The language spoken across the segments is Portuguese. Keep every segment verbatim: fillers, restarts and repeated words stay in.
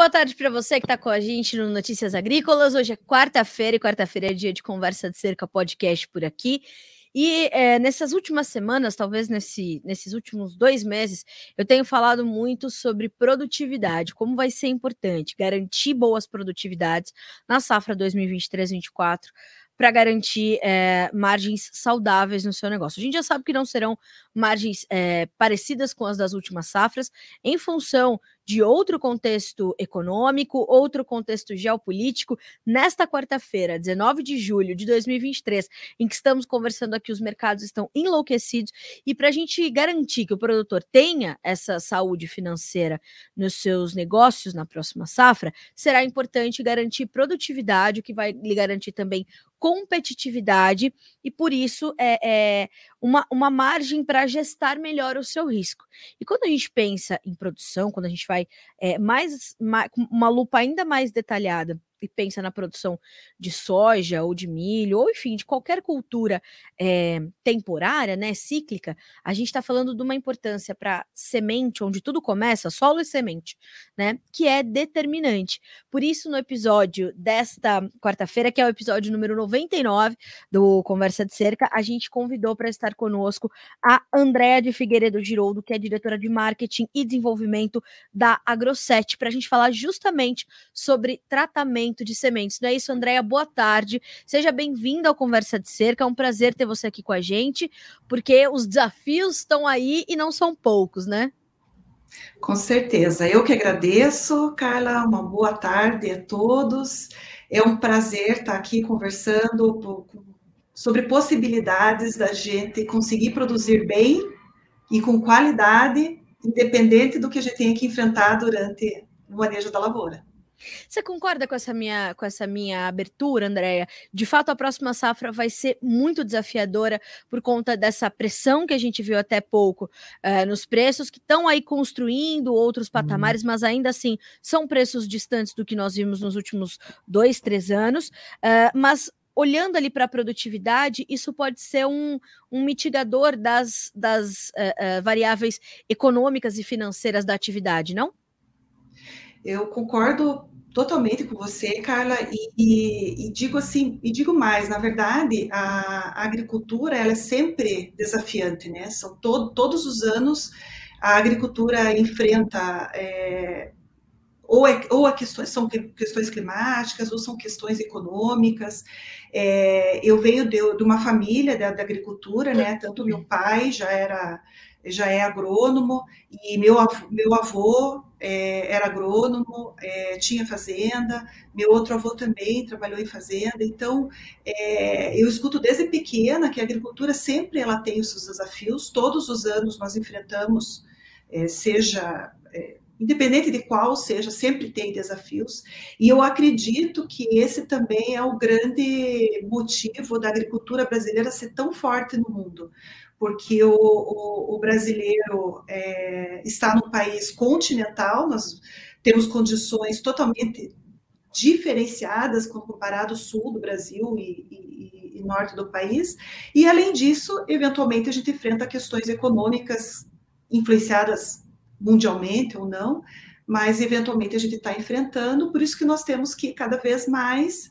boa tarde para você que está com a gente no Notícias Agrícolas. Hoje é quarta-feira e quarta-feira é dia de Conversa de Cerca podcast por aqui. E é, nessas últimas semanas, talvez nesse, nesses últimos dois meses, eu tenho falado muito sobre produtividade, como vai ser importante garantir boas produtividades na safra dois mil e vinte e três, vinte e quatro, para garantir é, margens saudáveis no seu negócio. A gente já sabe que não serão margens é, parecidas com as das últimas safras, em função de outro contexto econômico, outro contexto geopolítico. Nesta quarta-feira, dezenove de julho de dois mil e vinte e três, em que estamos conversando aqui, os mercados estão enlouquecidos, e para a gente garantir que o produtor tenha essa saúde financeira nos seus negócios na próxima safra, será importante garantir produtividade, o que vai lhe garantir também competitividade, e por isso é, é uma, uma margem para gestar melhor o seu risco. E quando a gente pensa em produção, quando a gente vai é, mais, mais uma lupa ainda mais detalhada e pensa na produção de soja ou de milho, ou enfim, de qualquer cultura é, temporária, né, cíclica, a gente está falando de uma importância para semente, onde tudo começa, solo e semente, né, que é determinante. Por isso, no episódio desta quarta-feira, que é o episódio número noventa e nove do Conversa de Cerca, a gente convidou para estar conosco a Andréa de Figueiredo Giroldo, que é diretora de Marketing e Desenvolvimento da AgroSet, para a gente falar justamente sobre tratamento de sementes. Não é isso, Andréa? Boa tarde. Seja bem-vinda ao Conversa de Cerca. É um prazer ter você aqui com a gente, porque os desafios estão aí e não são poucos, né? Com certeza. Eu que agradeço, Carla. Uma boa tarde a todos. É um prazer estar aqui conversando sobre possibilidades da gente conseguir produzir bem e com qualidade, independente do que a gente tenha que enfrentar durante o manejo da lavoura. Você concorda com essa minha, com essa minha abertura, Andréa? De fato, a próxima safra vai ser muito desafiadora por conta dessa pressão que a gente viu até pouco uh, nos preços, que estão aí construindo outros patamares, hum. mas ainda assim são preços distantes do que nós vimos nos últimos dois, três anos. Uh, mas olhando ali para a produtividade, isso pode ser um, um mitigador das, das uh, uh, variáveis econômicas e financeiras da atividade, não? Eu concordo totalmente com você, Carla, e, e, e digo assim, e digo mais, na verdade, a, a agricultura, ela é sempre desafiante, né? São to, todos os anos a agricultura enfrenta é, ou, é, ou a questões, são questões climáticas, ou são questões econômicas. É, eu venho de, de uma família da, da agricultura, né? Tanto meu pai já era já é agrônomo, e meu avô, meu avô é, era agrônomo, é, tinha fazenda, meu outro avô também trabalhou em fazenda, então é, eu escuto desde pequena que a agricultura sempre ela tem os seus desafios, todos os anos nós enfrentamos, é, seja, é, independente de qual seja, sempre tem desafios, e eu acredito que esse também é o grande motivo da agricultura brasileira ser tão forte no mundo, porque o, o, o brasileiro é, está num país continental, nós temos condições totalmente diferenciadas comparado ao sul do Brasil e, e, e norte do país, e além disso, eventualmente a gente enfrenta questões econômicas influenciadas mundialmente ou não, mas eventualmente a gente está enfrentando, por isso que nós temos que cada vez mais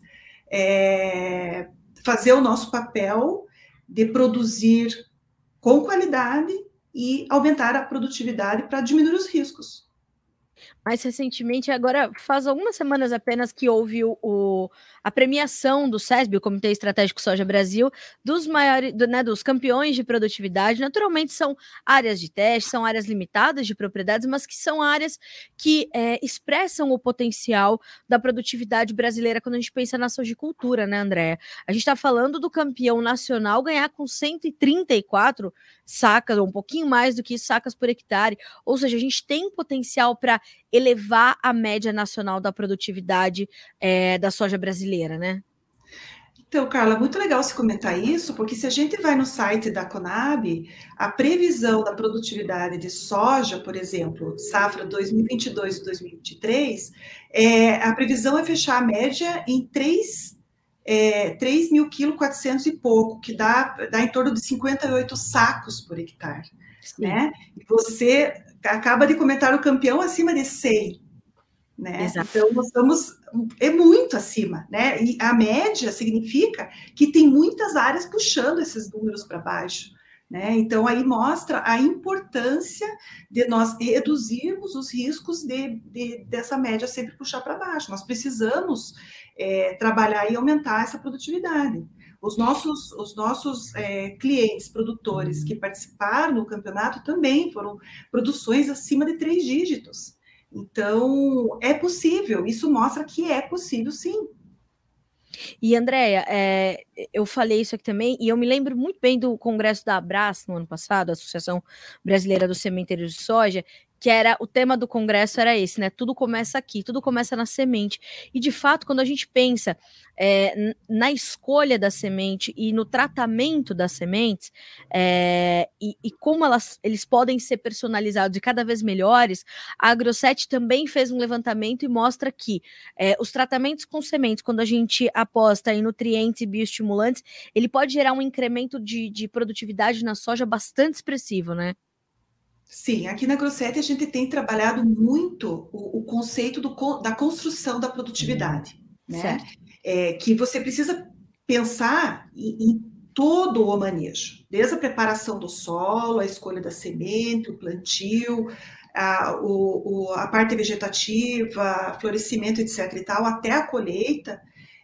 é, fazer o nosso papel de produzir com qualidade e aumentar a produtividade para diminuir os riscos. Mais recentemente, agora faz algumas semanas apenas que houve o, o, a premiação do SESB, o Comitê Estratégico Soja Brasil, dos maiores, do, né, dos campeões de produtividade. Naturalmente são áreas de teste, são áreas limitadas de propriedades, mas que são áreas que é, expressam o potencial da produtividade brasileira quando a gente pensa na sojicultura, né, Andréa? A gente está falando do campeão nacional ganhar com cento e trinta e quatro sacas, ou um pouquinho mais do que isso, sacas por hectare, ou seja, a gente tem potencial para elevar a média nacional da produtividade é, da soja brasileira, né? Então, Carla, muito legal você comentar isso, porque se a gente vai no site da Conab, a previsão da produtividade de soja, por exemplo, safra dois mil e vinte e dois e dois mil e vinte e três, é, a previsão é fechar a média em três mil quilos, quatrocentos e pouco, que dá, dá em torno de cinquenta e oito sacos por hectare. Né? E você acaba de comentar o campeão acima de cem. né? Exato. Então, nós estamos, é muito acima, né? E a média significa que tem muitas áreas puxando esses números para baixo, né? Então, aí mostra a importância de nós reduzirmos os riscos de, de dessa média sempre puxar para baixo. Nós precisamos é, trabalhar e aumentar essa produtividade. Os nossos, os nossos é, clientes, produtores que participaram do campeonato também foram produções acima de três dígitos. Então, é possível, isso mostra que é possível, sim. E, Andréia, é, eu falei isso aqui também, e eu me lembro muito bem do congresso da Abras, no ano passado, a Associação Brasileira dos Sementeiros de Soja, que era, o tema do congresso era esse, né, tudo começa aqui, tudo começa na semente, e de fato, quando a gente pensa é, na escolha da semente e no tratamento das sementes, é, e, e como elas, eles podem ser personalizados e cada vez melhores, a AgroSet também fez um levantamento e mostra que é, os tratamentos com sementes, quando a gente aposta em nutrientes e bioestimulantes, ele pode gerar um incremento de, de produtividade na soja bastante expressivo, né? Sim, aqui na AgroSet a gente tem trabalhado muito o, o conceito do, da construção da produtividade, uhum. né? É, que você precisa pensar em, em todo o manejo, desde a preparação do solo, a escolha da semente, o plantio, a, o, o, a parte vegetativa, florescimento, etc e tal, até a colheita,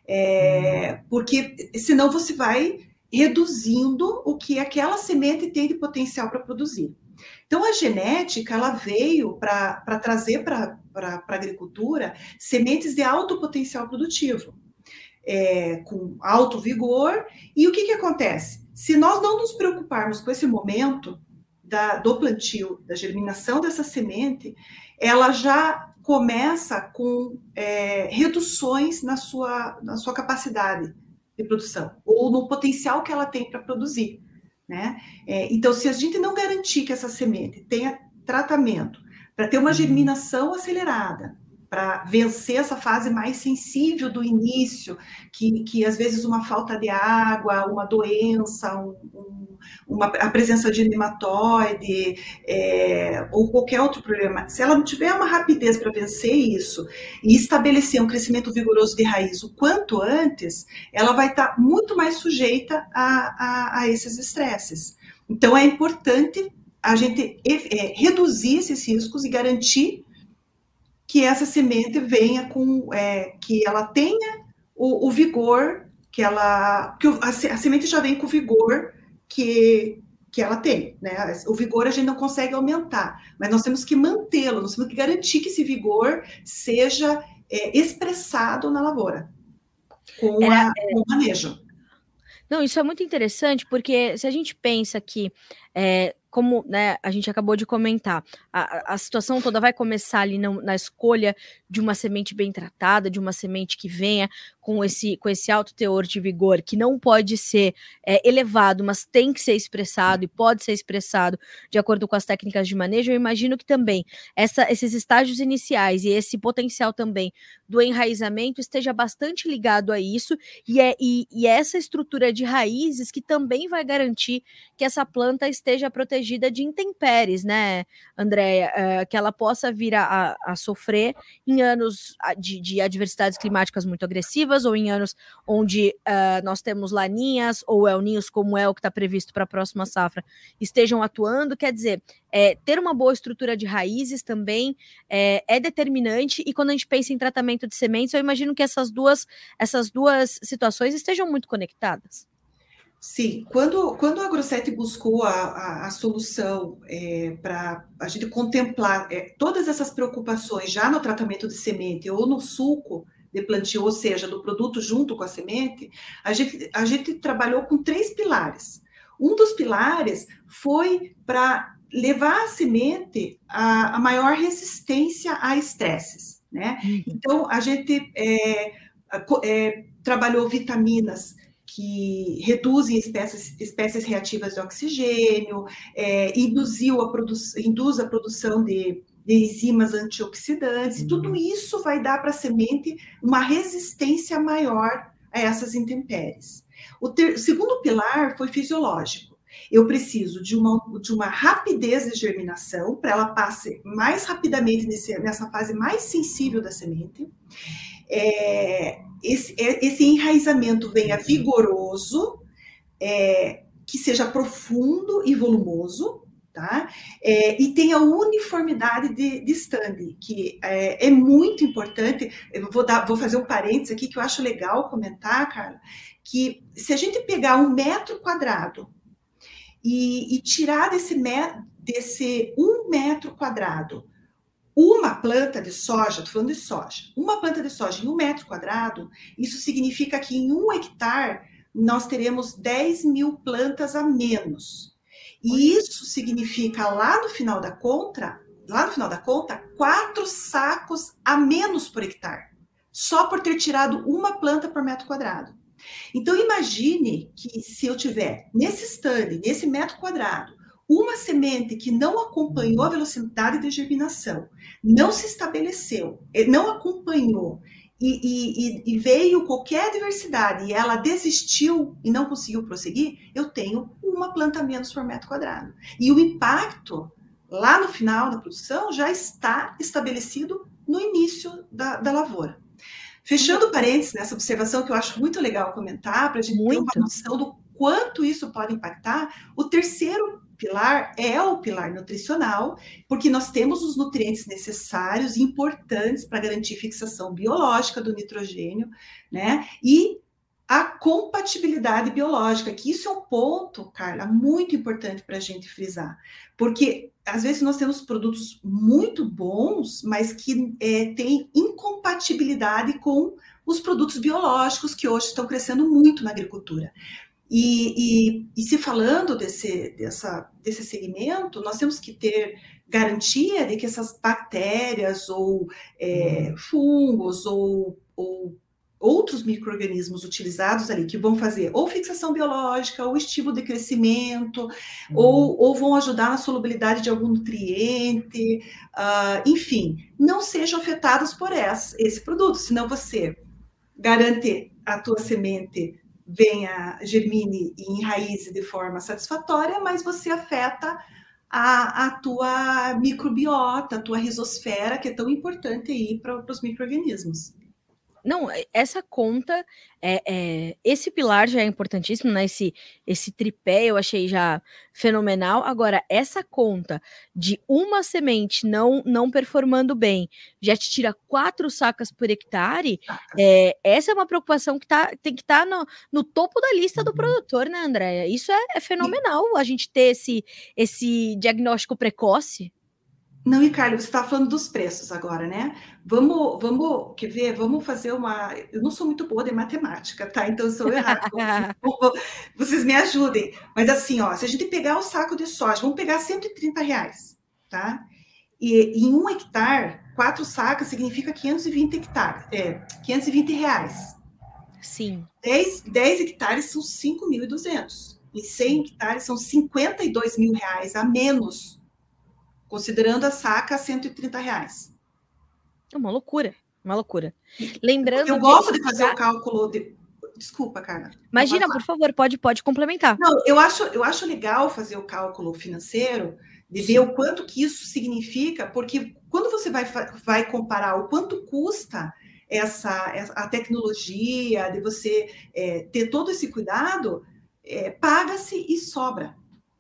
é, porque senão você vai reduzindo o que aquela semente tem de potencial para produzir. Então, a genética, ela veio para trazer para a agricultura sementes de alto potencial produtivo, é, com alto vigor. E o que, que acontece? Se nós não nos preocuparmos com esse momento da, do plantio, da germinação dessa semente, ela já começa com é, reduções na sua, na sua capacidade de produção, ou no potencial que ela tem para produzir. Né? É, então, se a gente não garantir que essa semente tenha tratamento para ter uma germinação acelerada, para vencer essa fase mais sensível do início, que, que às vezes uma falta de água, uma doença, um, um, uma, a presença de nematóide, é, ou qualquer outro problema, se ela não tiver uma rapidez para vencer isso e estabelecer um crescimento vigoroso de raiz o quanto antes, ela vai estar tá muito mais sujeita a, a, a esses estresses. Então, é importante a gente é, reduzir esses riscos e garantir que essa semente venha com, é, que ela tenha o, o vigor, que ela, que a, a semente já vem com o vigor que, que ela tem, né? O vigor a gente não consegue aumentar, mas nós temos que mantê-lo, nós temos que garantir que esse vigor seja é, expressado na lavoura, com, Era, a, com o manejo. Não, isso é muito interessante, porque se a gente pensa que, é, como né, a gente acabou de comentar, a, a situação toda vai começar ali na, na escolha de uma semente bem tratada, de uma semente que venha com esse, com esse alto teor de vigor, que não pode ser é, elevado, mas tem que ser expressado e pode ser expressado de acordo com as técnicas de manejo. Eu imagino que também essa, esses estágios iniciais e esse potencial também do enraizamento esteja bastante ligado a isso, e é e, e essa estrutura de raízes que também vai garantir que essa planta esteja protegida de intempéries, né, Andréia? É, que ela possa vir a, a sofrer em anos de, de adversidades climáticas muito agressivas, ou em anos onde uh, nós temos laninhas ou elninhos, como é o que está previsto para a próxima safra, estejam atuando. Quer dizer, é, ter uma boa estrutura de raízes também é, é determinante, e quando a gente pensa em tratamento de sementes, eu imagino que essas duas, essas duas situações estejam muito conectadas. Sim, quando, quando a AgroSet buscou a, a, a solução é, para a gente contemplar é, todas essas preocupações já no tratamento de semente ou no sulco de plantio, ou seja, do produto junto com a semente, a gente, a gente trabalhou com três pilares. Um dos pilares foi para levar a semente a, a maior resistência a estresses, né? Então, a gente é, é, trabalhou vitaminas que reduzem espécies, espécies reativas de oxigênio, é, induziu a induz a produção de, de enzimas antioxidantes, uhum. Tudo isso vai dar para a semente uma resistência maior a essas intempéries. O, ter, o segundo pilar foi fisiológico. Eu preciso de uma, de uma rapidez de germinação, para ela passe mais rapidamente nesse, nessa fase mais sensível da semente. É, esse, esse enraizamento venha vigoroso, é, que seja profundo e volumoso, tá? É, e tenha uniformidade de, de stand, que é, é muito importante. Eu vou, dar, vou fazer um parênteses aqui, que eu acho legal comentar, Carla, que se a gente pegar um metro quadrado e, e tirar desse, met, desse um metro quadrado uma planta de soja, estou falando de soja, uma planta de soja em um metro quadrado, isso significa que em um hectare nós teremos dez mil plantas a menos. E isso significa, lá no final da conta, lá no final da conta, quatro sacos a menos por hectare, só por ter tirado uma planta por metro quadrado. Então, imagine que se eu tiver nesse stand, nesse metro quadrado, uma semente que não acompanhou a velocidade de germinação, não se estabeleceu, não acompanhou, e, e, e veio qualquer adversidade e ela desistiu e não conseguiu prosseguir, eu tenho uma planta a menos por metro quadrado. E o impacto, lá no final da produção, já está estabelecido no início da, da lavoura. Fechando parênteses nessa observação, que eu acho muito legal comentar, para a gente muito. ter uma noção do quanto isso pode impactar, o terceiro pilar é o pilar nutricional, porque nós temos os nutrientes necessários e importantes para garantir fixação biológica do nitrogênio, né? E a compatibilidade biológica, que isso é um ponto, Carla, muito importante para a gente frisar, porque às vezes nós temos produtos muito bons, mas que é, têm incompatibilidade com os produtos biológicos que hoje estão crescendo muito na agricultura. E, e, e se falando desse, dessa, desse segmento, nós temos que ter garantia de que essas bactérias ou é, fungos ou, ou outros micro-organismos utilizados ali, que vão fazer ou fixação biológica, ou estímulo de crescimento, uhum. ou, ou vão ajudar na solubilidade de algum nutriente, uh, enfim, não sejam afetados por esse, esse produto, senão você garante a tua semente venha, germine e enraize de forma satisfatória, mas você afeta a, a tua microbiota, a tua rizosfera, que é tão importante aí para os micro-organismos. Não, essa conta, é, é, esse pilar já é importantíssimo, né? Esse, esse tripé eu achei já fenomenal. Agora, essa conta de uma semente não, não performando bem, já te tira quatro sacas por hectare, é, essa é uma preocupação que tá, tem que estar tá no, no topo da lista do produtor, né, Andréia? Isso é, é fenomenal, a gente ter esse, esse diagnóstico precoce. Não, e Carlos, você está falando dos preços agora, né? Vamos, vamos, quer ver? Vamos fazer uma... Eu não sou muito boa de matemática, tá? Então eu sou errada. Vocês me ajudem. Mas assim, ó, se a gente pegar o saco de soja, vamos pegar cento e trinta reais, tá? E em um hectare, quatro sacas significa quinhentos e vinte hectares, é, quinhentos e vinte reais. Sim. dez, dez hectares são cinco mil e duzentos. E cem hectares são cinquenta e dois mil reais a menos, considerando a saca a cento e trinta reais. É uma loucura, uma loucura. Lembrando... Eu gosto de fazer o cálculo de... Desculpa, Carla. Imagina, por favor, pode, pode complementar. Não, eu acho, eu acho legal fazer o cálculo financeiro, de ver o quanto que isso significa, porque quando você vai, vai comparar o quanto custa essa, a tecnologia, de você é, ter todo esse cuidado, é, paga-se e sobra.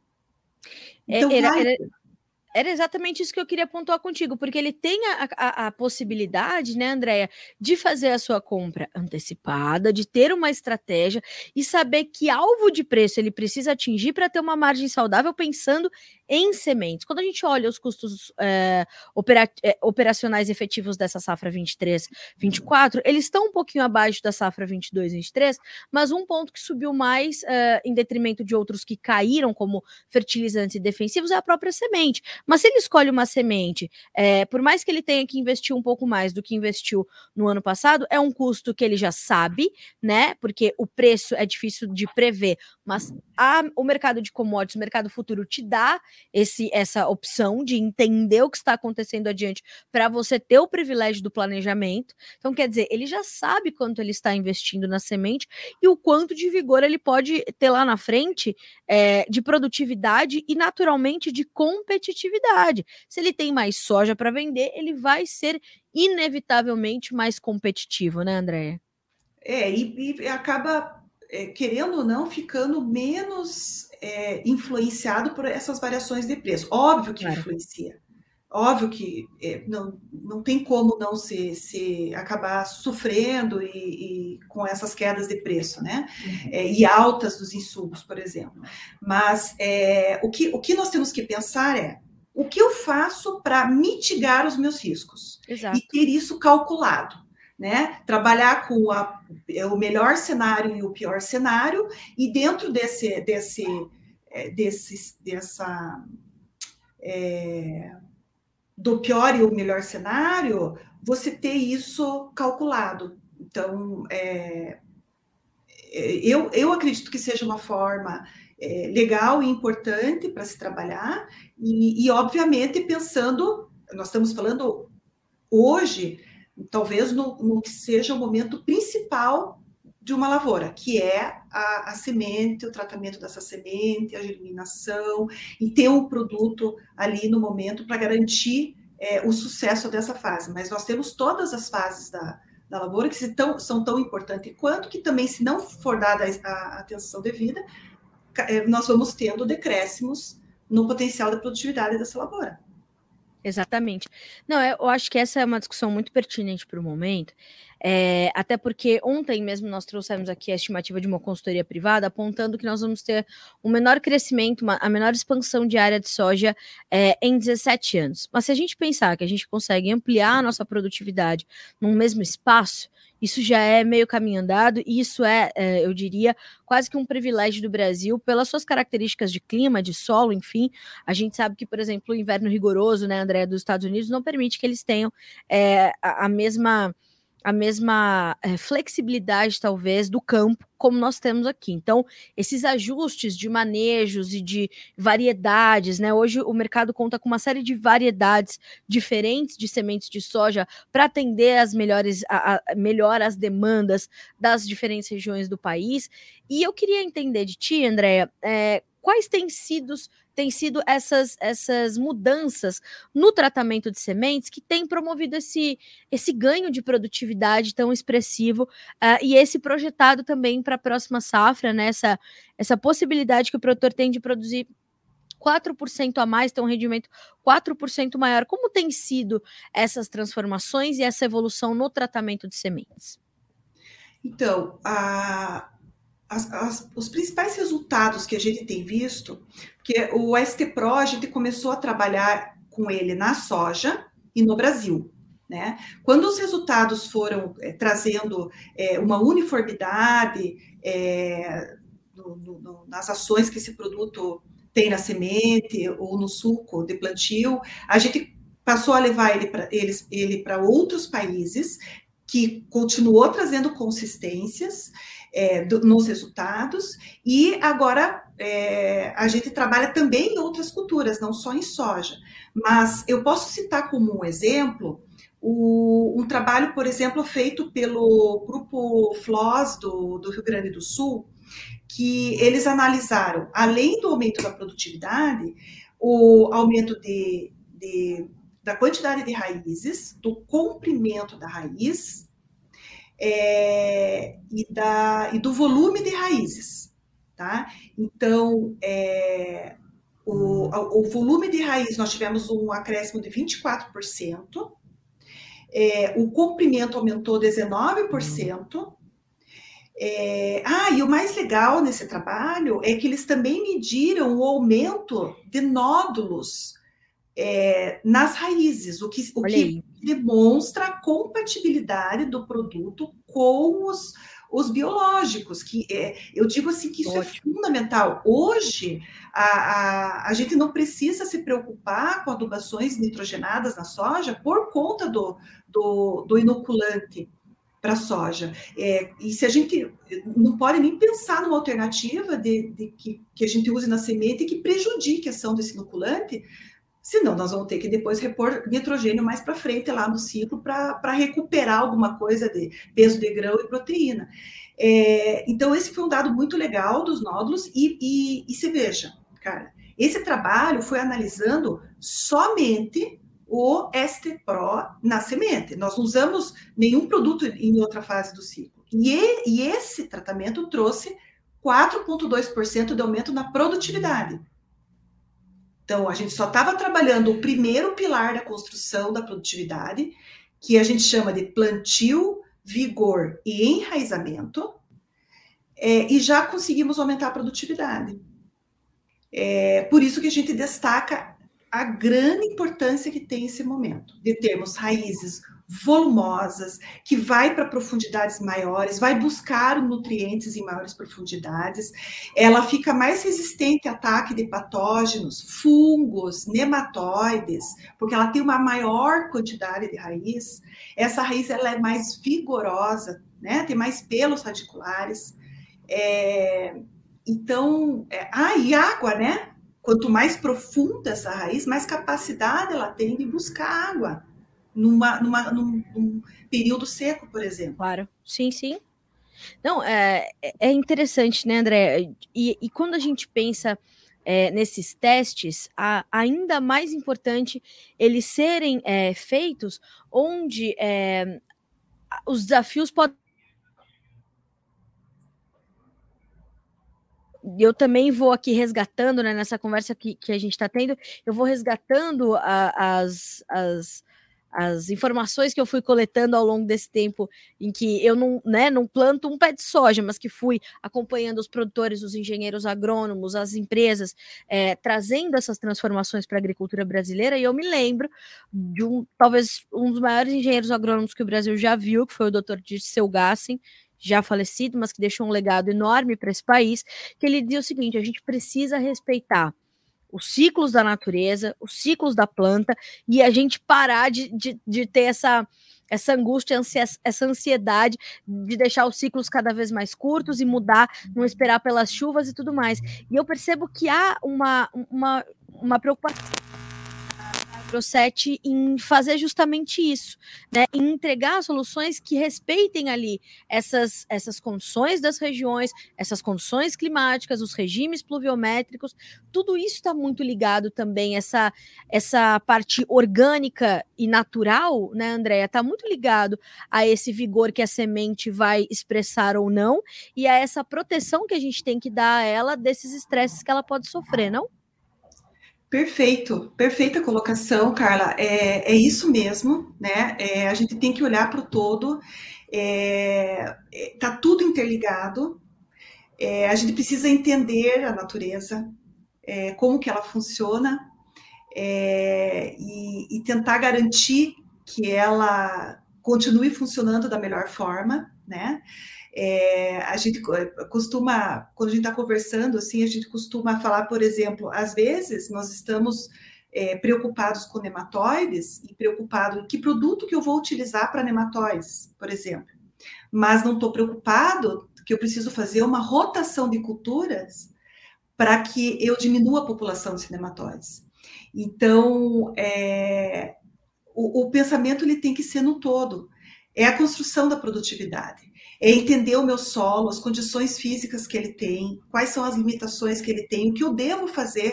Então, era, vai... era, era exatamente isso que eu queria pontuar contigo, porque ele tem a, a, a possibilidade, né, Andréia, de fazer a sua compra antecipada, de ter uma estratégia e saber que alvo de preço ele precisa atingir para ter uma margem saudável, pensando em sementes. Quando a gente olha os custos é, opera, é, operacionais efetivos dessa safra vinte e três, vinte e quatro, eles estão um pouquinho abaixo da safra vinte e dois, vinte e três, mas um ponto que subiu mais é, em detrimento de outros que caíram, como fertilizantes e defensivos, é a própria semente. Mas se ele escolhe uma semente, é, por mais que ele tenha que investir um pouco mais do que investiu no ano passado, é um custo que ele já sabe, né? Porque o preço é difícil de prever, mas a, o mercado de commodities, o mercado futuro te dá esse, essa opção de entender o que está acontecendo adiante para você ter o privilégio do planejamento. Então, quer dizer, ele já sabe quanto ele está investindo na semente e o quanto de vigor ele pode ter lá na frente, é, de produtividade e, naturalmente, de competitividade. Se ele tem mais soja para vender, ele vai ser inevitavelmente mais competitivo, né, Andréia? É, e, e acaba, é, querendo ou não, ficando menos é, influenciado por essas variações de preço. Óbvio que claro. Influencia. Óbvio que é, não, não tem como não se, se acabar sofrendo e, e com essas quedas de preço, né? Uhum. É, e altas dos insumos, por exemplo. Mas é, o, que, o que nós temos que pensar é o que eu faço para mitigar os meus riscos. Exato. E ter isso calculado. Né? Trabalhar com a, o melhor cenário e o pior cenário, e dentro desse, desse, desse dessa é, do pior e o melhor cenário, você ter isso calculado. Então, é, eu, eu acredito que seja uma forma é, legal e importante para se trabalhar, e, e obviamente pensando, nós estamos falando hoje, talvez no, no que seja o momento principal de uma lavoura, que é a, a semente, o tratamento dessa semente, a germinação, e ter um produto ali no momento para garantir é, o sucesso dessa fase. Mas nós temos todas as fases da, da lavoura que se tão, são tão importantes quanto, que também, se não for dada a, a atenção devida, nós vamos tendo decréscimos no potencial da produtividade dessa lavoura. Exatamente. Não, eu acho que essa é uma discussão muito pertinente para o momento, é, até porque ontem mesmo nós trouxemos aqui a estimativa de uma consultoria privada apontando que nós vamos ter um menor crescimento, uma, a menor expansão de área de soja é, em dezessete anos. Mas se a gente pensar que a gente consegue ampliar a nossa produtividade num mesmo espaço, isso já é meio caminho andado, e isso é, é, eu diria, quase que um privilégio do Brasil, pelas suas características de clima, de solo, enfim. A gente sabe que, por exemplo, o inverno rigoroso, né, André, dos Estados Unidos, não permite que eles tenham é, a, a mesma... a mesma é, flexibilidade, talvez, do campo, como nós temos aqui. Então, esses ajustes de manejos e de variedades, né? Hoje o mercado conta com uma série de variedades diferentes de sementes de soja para atender as melhores, a, a, melhor as demandas das diferentes regiões do país. E eu queria entender de ti, Andréia, é, quais têm sido, têm sido essas, essas mudanças no tratamento de sementes que têm promovido esse, esse ganho de produtividade tão expressivo uh, e esse projetado também para a próxima safra, né? Essa, essa possibilidade que o produtor tem de produzir quatro por cento a mais, ter um rendimento quatro por cento maior. Como tem sido essas transformações e essa evolução no tratamento de sementes? Então, a... As, as, os principais resultados que a gente tem visto, que o S T Pro, a gente começou a trabalhar com ele na soja e no Brasil, né? Quando os resultados foram é, trazendo é, uma uniformidade é, no, no, nas ações que esse produto tem na semente ou no suco de plantio, a gente passou a levar ele para eles, ele para outros países, que continuou trazendo consistências É, do, nos resultados, e agora é, a gente trabalha também em outras culturas, não só em soja. Mas eu posso citar como um exemplo o, um trabalho, por exemplo, feito pelo grupo F L O S do, do Rio Grande do Sul, que eles analisaram, além do aumento da produtividade, o aumento de, de, da quantidade de raízes, do comprimento da raiz, É, e, da, e do volume de raízes, tá? Então, é, o, o volume de raiz, nós tivemos um acréscimo de vinte e quatro por cento, é, o comprimento aumentou dezenove por cento, é, ah, e o mais legal nesse trabalho é que eles também mediram o aumento de nódulos É, nas raízes, o que, o que demonstra a compatibilidade do produto com os, os biológicos, que é, eu digo assim que isso Ótimo. É fundamental. Hoje, a, a, a gente não precisa se preocupar com adubações nitrogenadas na soja por conta do, do, do inoculante para a soja. É, e se a gente não pode nem pensar numa alternativa de, de que, que a gente use na semente que prejudique a ação desse inoculante, senão nós vamos ter que depois repor nitrogênio mais para frente lá no ciclo para recuperar alguma coisa de peso de grão e proteína. É, então, esse foi um dado muito legal dos nódulos e, e, e se veja, cara, esse trabalho foi analisando somente o S T Pro na semente. Nós não usamos nenhum produto em outra fase do ciclo. E, e esse tratamento trouxe quatro vírgula dois por cento de aumento na produtividade. Então, a gente só estava trabalhando o primeiro pilar da construção da produtividade, que a gente chama de plantio, vigor e enraizamento, é, e já conseguimos aumentar a produtividade. É, por isso que a gente destaca a grande importância que tem esse momento, de termos raízes volumosas, que vai para profundidades maiores, vai buscar nutrientes em maiores profundidades, ela fica mais resistente a ataque de patógenos, fungos, nematóides, porque ela tem uma maior quantidade de raiz, essa raiz ela é mais vigorosa, né? Tem mais pelos radiculares, é, então, é, ah, e água, né? Quanto mais profunda essa raiz, mais capacidade ela tem de buscar água numa, numa, num, num período seco, por exemplo. Claro, sim, sim. Não, é, é interessante, né, André? E, e quando a gente pensa é, nesses testes, a, ainda mais importante eles serem é, feitos onde é, os desafios podem. Eu também vou aqui resgatando, né, nessa conversa que, que a gente está tendo, eu vou resgatando a, as, as, as informações que eu fui coletando ao longo desse tempo em que eu não, né, não planto um pé de soja, mas que fui acompanhando os produtores, os engenheiros agrônomos, as empresas, é, trazendo essas transformações para a agricultura brasileira, e eu me lembro de um, talvez um dos maiores engenheiros agrônomos que o Brasil já viu, que foi o doutor Dirceu Gassen, já falecido, mas que deixou um legado enorme para esse país, que ele dizia o seguinte: a gente precisa respeitar os ciclos da natureza, os ciclos da planta, e a gente parar de, de, de ter essa, essa angústia, essa ansiedade de deixar os ciclos cada vez mais curtos e mudar, não esperar pelas chuvas e tudo mais. E eu percebo que há uma, uma, uma preocupação Proset em fazer justamente isso, né? Em entregar soluções que respeitem ali essas, essas condições das regiões, essas condições climáticas, os regimes pluviométricos, tudo isso está muito ligado também, essa, essa parte orgânica e natural, né, Andréia, está muito ligado a esse vigor que a semente vai expressar ou não, e a essa proteção que a gente tem que dar a ela desses estresses que ela pode sofrer, não? Perfeito, perfeita colocação, Carla. É, é isso mesmo, né? É, a gente tem que olhar para o todo. É, tá tudo interligado. É, a gente precisa entender a natureza, é, como que ela funciona, é, e, e tentar garantir que ela continue funcionando da melhor forma, né? É, a gente costuma, quando a gente está conversando, assim, a gente costuma falar, por exemplo, às vezes nós estamos é, preocupados com nematóides e preocupados que produto que eu vou utilizar para nematóides, por exemplo, mas não estou preocupado que eu preciso fazer uma rotação de culturas para que eu diminua a população de nematóides. Então, é, o, o pensamento ele tem que ser no todo, é a construção da produtividade. É entender o meu solo, as condições físicas que ele tem, quais são as limitações que ele tem, o que eu devo fazer,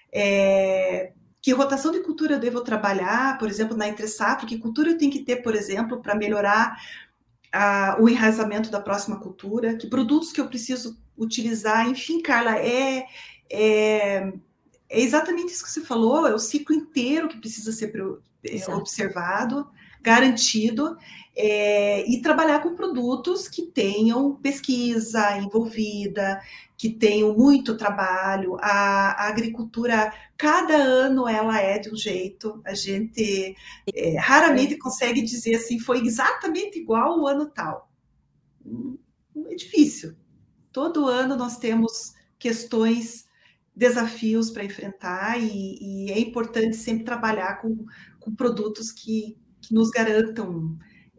é, que rotação de cultura eu devo trabalhar, por exemplo, na entre-safra, que cultura eu tenho que ter, por exemplo, para melhorar a, o enraizamento da próxima cultura, que produtos que eu preciso utilizar, enfim, Carla, é, é, é exatamente isso que você falou, é o ciclo inteiro que precisa ser é, observado, garantido, é, e trabalhar com produtos que tenham pesquisa envolvida, que tenham muito trabalho. A, a agricultura, cada ano ela é de um jeito, a gente é, raramente consegue dizer assim, foi exatamente igual o ano tal. é difícil. Todo ano nós temos questões, desafios para enfrentar e, e é importante sempre trabalhar com, com produtos que, que nos garantam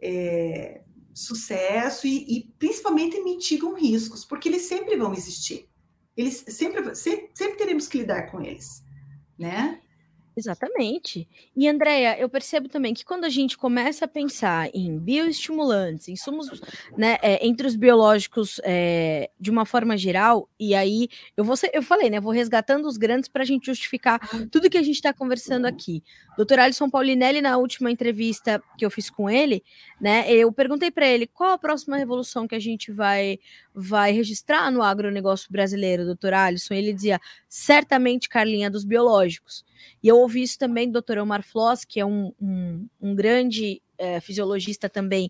é, sucesso e, e principalmente mitigam riscos, porque eles sempre vão existir. Eles sempre, sempre, sempre teremos que lidar com eles, né? Exatamente. E, Andréia, eu percebo também que quando a gente começa a pensar em bioestimulantes, insumos, né, é, entre os biológicos é, de uma forma geral, e aí eu vou ser, eu falei, né, vou resgatando os grandes para a gente justificar tudo que a gente está conversando aqui. doutor Alisson Paulinelli, na última entrevista que eu fiz com ele, né, eu perguntei para ele qual a próxima revolução que a gente vai, vai registrar no agronegócio brasileiro, doutor Alisson. Ele dizia, certamente, Carlinha, dos biológicos. E eu ouvi isso também do doutor Omar Floss, que é um, um, um grande é, fisiologista também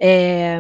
é,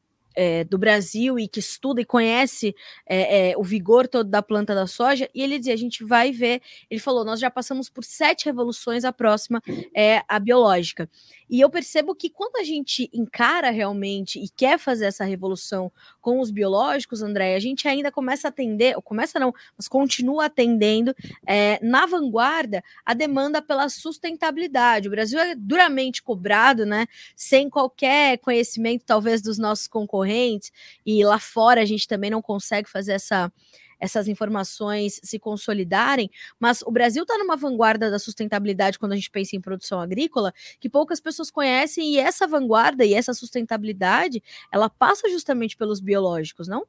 é, do Brasil e que estuda e conhece é, é, o vigor todo da planta da soja, e ele dizia, a gente vai ver, ele falou, nós já passamos por sete revoluções, a próxima é a biológica. E eu percebo que quando a gente encara realmente e quer fazer essa revolução com os biológicos, André, a gente ainda começa a atender, ou começa não, mas continua atendendo é, na vanguarda a demanda pela sustentabilidade. O Brasil é duramente cobrado, né, sem qualquer conhecimento, talvez, dos nossos concorrentes, e lá fora a gente também não consegue fazer essa... essas informações se consolidarem, mas o Brasil está numa vanguarda da sustentabilidade quando a gente pensa em produção agrícola, que poucas pessoas conhecem, e essa vanguarda e essa sustentabilidade, ela passa justamente pelos biológicos, não?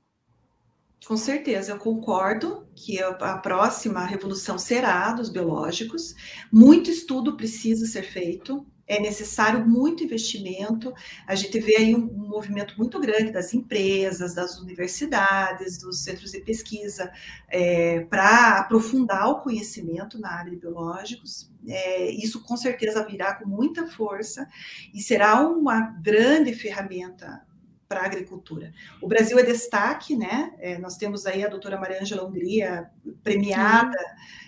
Com certeza, eu concordo que a próxima revolução será dos biológicos. Muito estudo precisa ser feito, é necessário muito investimento. A gente vê aí um, um movimento muito grande das empresas, das universidades, dos centros de pesquisa, é, para aprofundar o conhecimento na área de biológicos. É, isso com certeza virá com muita força e será uma grande ferramenta para a agricultura. O Brasil é destaque, né? É, nós temos aí a doutora Mariângela Hungria, premiada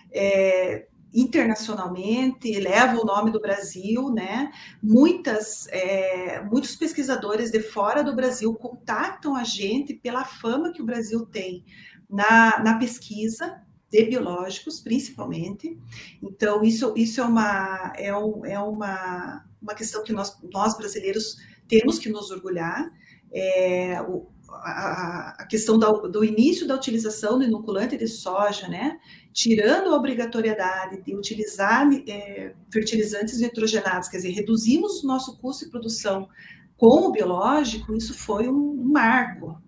é, internacionalmente, leva o nome do Brasil, né? Muitas, é, muitos pesquisadores de fora do Brasil contactam a gente pela fama que o Brasil tem na, na pesquisa de biológicos, principalmente. Então, isso, isso é, uma, é, um, é uma, uma questão que nós, nós brasileiros temos que nos orgulhar. É, o, a, a questão da, do início da utilização do inoculante de soja, né, tirando a obrigatoriedade de utilizar é, fertilizantes nitrogenados, quer dizer, reduzimos o nosso custo de produção com o biológico, isso foi um, um marco,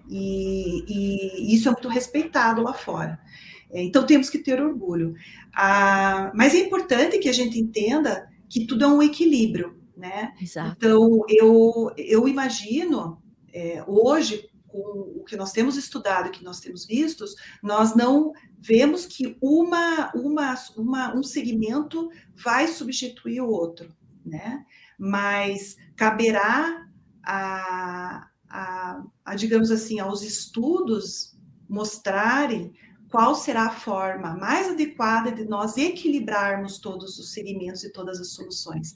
e, e isso é muito respeitado lá fora. É, então, temos que ter orgulho. Ah, mas é importante que a gente entenda que tudo é um equilíbrio, né? Exato. Então, eu, eu imagino, é, hoje, com o que nós temos estudado, que nós temos visto, nós não vemos que uma, uma, uma, um segmento vai substituir o outro, né? Mas caberá a, a, a, digamos assim, aos estudos mostrarem qual será a forma mais adequada de nós equilibrarmos todos os segmentos e todas as soluções.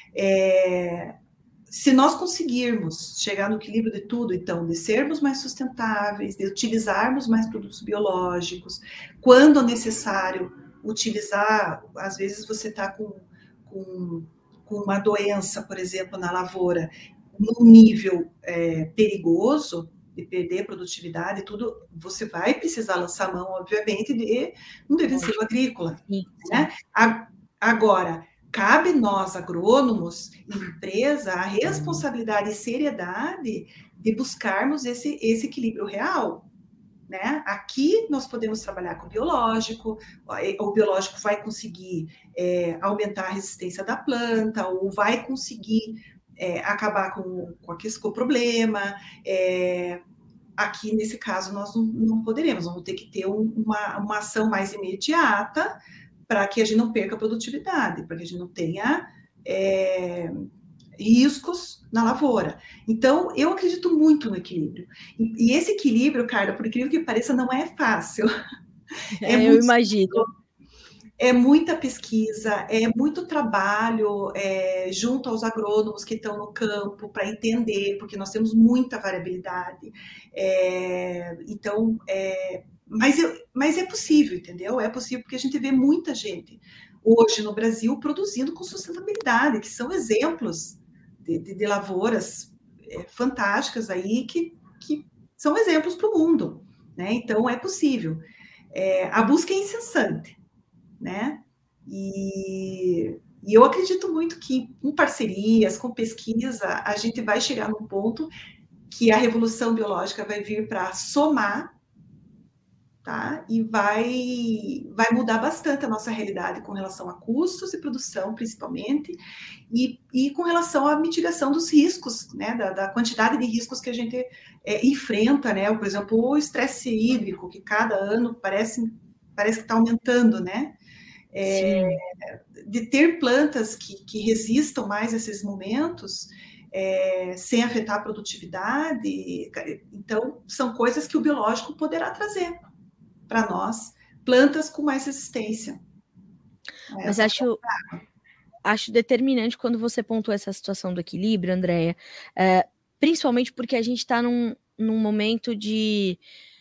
É, se nós conseguirmos chegar no equilíbrio de tudo, então, de sermos mais sustentáveis, de utilizarmos mais produtos biológicos, quando necessário utilizar, às vezes você está com, com, com uma doença, por exemplo, na lavoura, num nível é, perigoso, de perder produtividade e tudo, você vai precisar lançar mão, obviamente, de um defensivo agrícola. Sim, né? sim. Agora, cabe nós, agrônomos e empresa, a responsabilidade e seriedade de buscarmos esse, esse equilíbrio real. Né? Aqui nós podemos trabalhar com o biológico, o biológico vai conseguir é, aumentar a resistência da planta, ou vai conseguir é, acabar com, com, aquele, com o problema. É, aqui, nesse caso, nós não, não poderemos, vamos ter que ter um, uma, uma ação mais imediata para que a gente não perca a produtividade, para que a gente não tenha é, riscos na lavoura. Então, eu acredito muito no equilíbrio. E, e esse equilíbrio, Carla, por incrível que pareça, não é fácil. É, é eu muito, imagino. É muita pesquisa, é muito trabalho é, junto aos agrônomos que estão no campo para entender, porque nós temos muita variabilidade. É, então, é, mas, eu, mas é possível, entendeu? É possível porque a gente vê muita gente hoje no Brasil produzindo com sustentabilidade, que são exemplos de, de, de lavouras é, fantásticas aí, que, que são exemplos para o mundo, né? Então, é possível. É, a busca é incessante, né? E, e eu acredito muito que com parcerias, com pesquisa, a gente vai chegar num ponto que a revolução biológica vai vir para somar, tá? E vai, vai mudar bastante a nossa realidade com relação a custos de produção, principalmente, e, e com relação à mitigação dos riscos, né? Da, da quantidade de riscos que a gente é, enfrenta, né? Por exemplo, o estresse hídrico, que cada ano parece, parece que está aumentando, né? É, de ter plantas que, que resistam mais a esses momentos, é, sem afetar a produtividade. Então, são coisas que o biológico poderá trazer para nós, plantas com mais resistência. Mas acho, acho determinante quando você pontua essa situação do equilíbrio, Andréia, é, principalmente porque a gente está num, num momento de...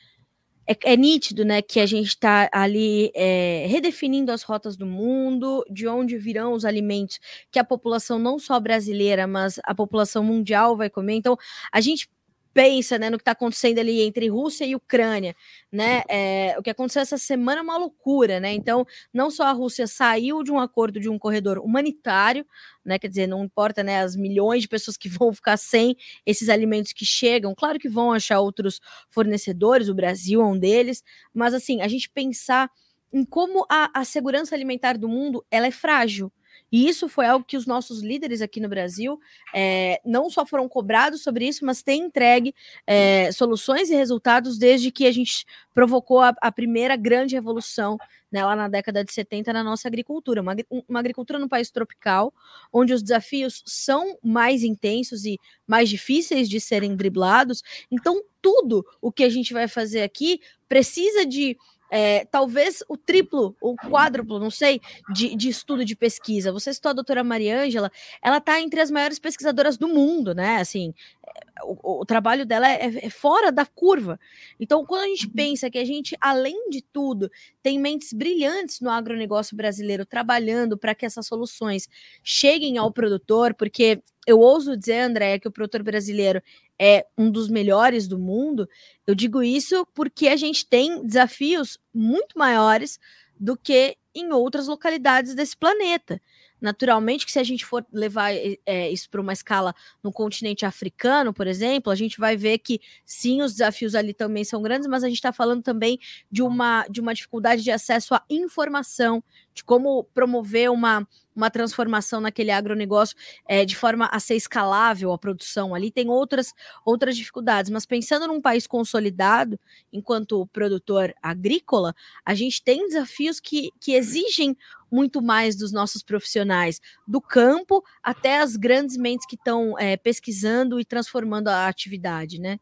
É, é nítido, né, que a gente está ali é, redefinindo as rotas do mundo, de onde virão os alimentos que a população não só brasileira, mas a população mundial vai comer. Então, a gente pensa, né, no que está acontecendo ali entre Rússia e Ucrânia, né? É, o que aconteceu essa semana é uma loucura, né? Então, não só a Rússia saiu de um acordo de um corredor humanitário, né? Quer dizer, não importa, né, as milhões de pessoas que vão ficar sem esses alimentos que chegam, claro que vão achar outros fornecedores, o Brasil é um deles, mas assim, a gente pensar em como a, a segurança alimentar do mundo ela é frágil. E isso foi algo que os nossos líderes aqui no Brasil é, não só foram cobrados sobre isso, mas têm entregue é, soluções e resultados desde que a gente provocou a, a primeira grande revolução, né, lá na década de setenta na nossa agricultura. Uma, uma agricultura num país tropical, onde os desafios são mais intensos e mais difíceis de serem driblados. Então, tudo o que a gente vai fazer aqui precisa de É, talvez o triplo, o quádruplo, não sei, de, de estudo de pesquisa. Você citou a doutora Mariângela, ela está entre as maiores pesquisadoras do mundo, né? Assim, o, o trabalho dela é, é fora da curva. Então, quando a gente pensa que a gente, além de tudo, tem mentes brilhantes no agronegócio brasileiro trabalhando para que essas soluções cheguem ao produtor, porque eu ouso dizer, Andréia, que o produtor brasileiro é um dos melhores do mundo. Eu digo isso porque a gente tem desafios muito maiores do que em outras localidades desse planeta. Naturalmente que se a gente for levar é, isso para uma escala no continente africano, por exemplo, a gente vai ver que sim, os desafios ali também são grandes, mas a gente está falando também de uma, de uma dificuldade de acesso à informação, de como promover uma, uma transformação naquele agronegócio é, de forma a ser escalável a produção ali. Tem outras, outras dificuldades, mas pensando num país consolidado, enquanto produtor agrícola, a gente tem desafios que, que exigem muito mais dos nossos profissionais, do campo até as grandes mentes que estão é, pesquisando e transformando a atividade, né?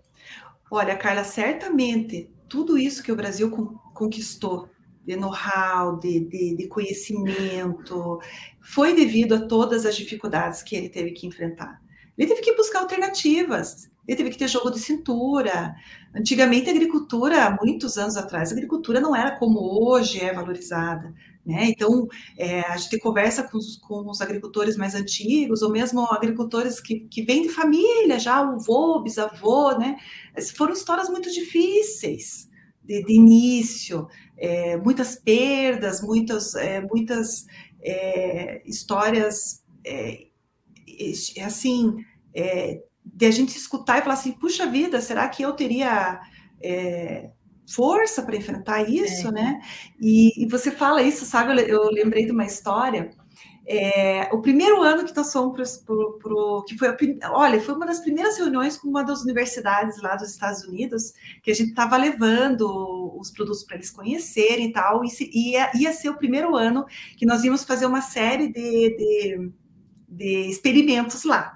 Olha, Carla, certamente tudo isso que o Brasil conquistou, de know-how, de, de, de conhecimento, foi devido a todas as dificuldades que ele teve que enfrentar. Ele teve que buscar alternativas, ele teve que ter jogo de cintura. Antigamente, a agricultura, há muitos anos atrás, a agricultura não era como hoje é valorizada, né? Então, é, a gente conversa com os, com os agricultores mais antigos, ou mesmo agricultores que, que vêm de família, já o avô, bisavô, né? Foram histórias muito difíceis de, de início, é, muitas perdas, muitas, é, muitas é, histórias, é, assim, é, de a gente escutar e falar assim, puxa vida, será que eu teria... É, força para enfrentar isso, é. né? E, e você fala isso, sabe? Eu, eu lembrei de uma história. É, o primeiro ano que nós fomos pro, pro, que foi, a, olha, foi uma das primeiras reuniões com uma das universidades lá dos Estados Unidos, que a gente estava levando os produtos para eles conhecerem e tal, e se, ia, ia ser o primeiro ano que nós íamos fazer uma série de, de, de experimentos lá.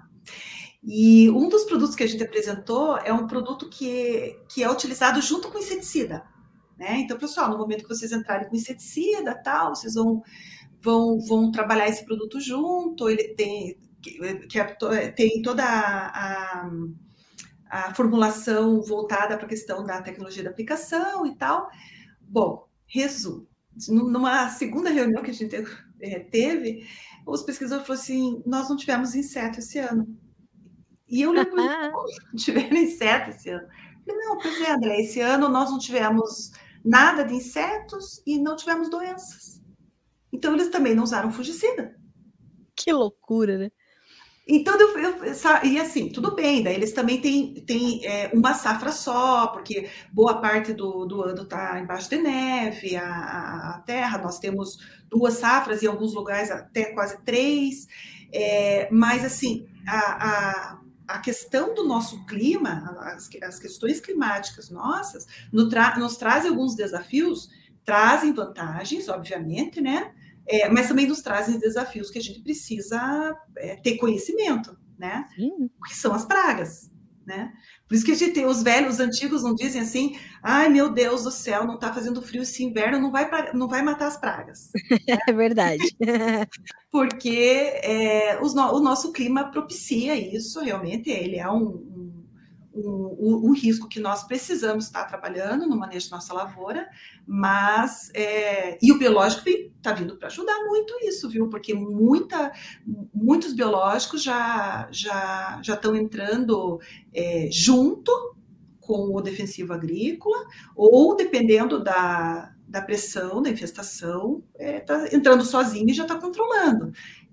E um dos produtos que a gente apresentou é um produto que, que é utilizado junto com inseticida. né? Então, pessoal, no momento que vocês entrarem com inseticida, tal, vocês vão, vão, vão trabalhar esse produto junto, ele tem, que é, tem toda a, a, a formulação voltada para a questão da tecnologia da aplicação e tal. Bom, resumo. Numa segunda reunião que a gente teve, os pesquisadores falaram assim, nós não tivemos inseto esse ano. E eu lembro, não tiveram inseto esse ano. Eu falei, não, pois é, André, esse ano nós não tivemos nada de insetos e não tivemos doenças. Então, eles também não usaram fungicida. Que loucura, né? Então, eu, eu, e assim, tudo bem, daí eles também têm, têm é, uma safra só, porque boa parte do, do ano está embaixo de neve, a, a terra, nós temos duas safras, em alguns lugares até quase três, é, mas assim, a, a, a questão do nosso clima, as, as questões climáticas nossas, nos, tra, nos trazem alguns desafios, trazem vantagens, obviamente, né? É, mas também nos trazem desafios que a gente precisa é, ter conhecimento, né? Sim. Que são as pragas, né? Por isso que a gente tem, os velhos, os antigos não dizem assim, ai meu Deus do céu, não está fazendo frio esse inverno, não vai, pra, não vai matar as pragas. Né? É verdade. Porque é, os, o nosso clima propicia isso, realmente, ele é um, um Um, um risco que nós precisamos estar trabalhando no manejo da nossa lavoura, mas é, e o biológico está vindo para ajudar muito isso, viu? Porque muita, muitos biológicos já já já estão entrando é, junto com o defensivo agrícola, ou dependendo da, da pressão, da infestação, está é, entrando sozinho e já está controlando.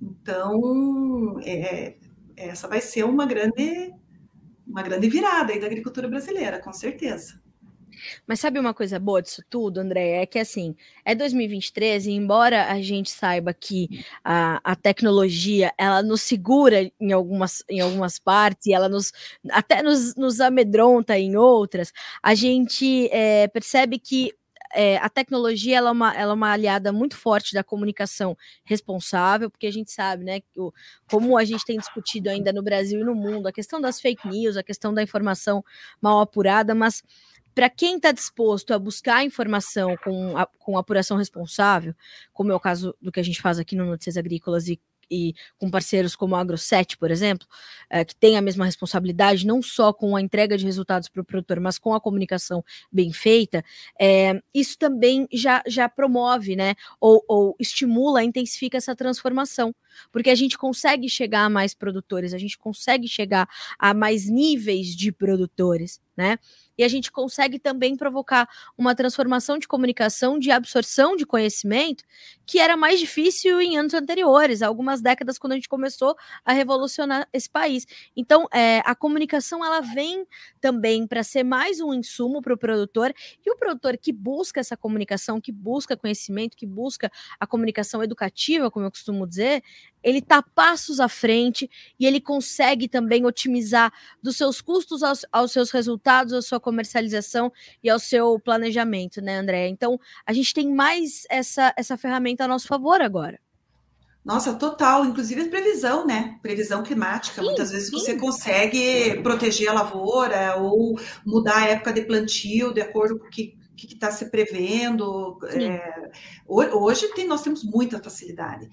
Então, é, essa vai ser uma grande uma grande virada aí da agricultura brasileira, com certeza. Mas sabe uma coisa boa disso tudo, André? É que assim, é dois mil e vinte e três e embora a gente saiba que a, a tecnologia, ela nos segura em algumas, em algumas partes, e ela nos, até nos, nos amedronta em outras, a gente é, percebe que É, a tecnologia ela é, uma, ela é uma aliada muito forte da comunicação responsável, porque a gente sabe, né, que o, como a gente tem discutido ainda no Brasil e no mundo, a questão das fake news, a questão da informação mal apurada, mas para quem está disposto a buscar informação com, a, com apuração responsável, como é o caso do que a gente faz aqui no Notícias Agrícolas e e com parceiros como a AgroSet, por exemplo, é, que tem a mesma responsabilidade, não só com a entrega de resultados para o produtor, mas com a comunicação bem feita, é, isso também já, já promove, né, ou, ou estimula, intensifica essa transformação, porque a gente consegue chegar a mais produtores, a gente consegue chegar a mais níveis de produtores, né, e a gente consegue também provocar uma transformação de comunicação, de absorção de conhecimento, que era mais difícil em anos anteriores, algumas décadas, quando a gente começou a revolucionar esse país. Então, é, a comunicação, ela vem também para ser mais um insumo para o produtor, e o produtor que busca essa comunicação, que busca conhecimento, que busca a comunicação educativa, como eu costumo dizer, ele está passos à frente e ele consegue também otimizar dos seus custos aos, aos seus resultados, à sua comercialização e ao seu planejamento, né, André? Então, a gente tem mais essa, essa ferramenta a nosso favor agora. Nossa, total, inclusive a previsão, né? Previsão climática. Sim, muitas vezes sim. Você consegue proteger a lavoura ou mudar a época de plantio de acordo com o que que está se prevendo. É, hoje tem, nós temos muita facilidade.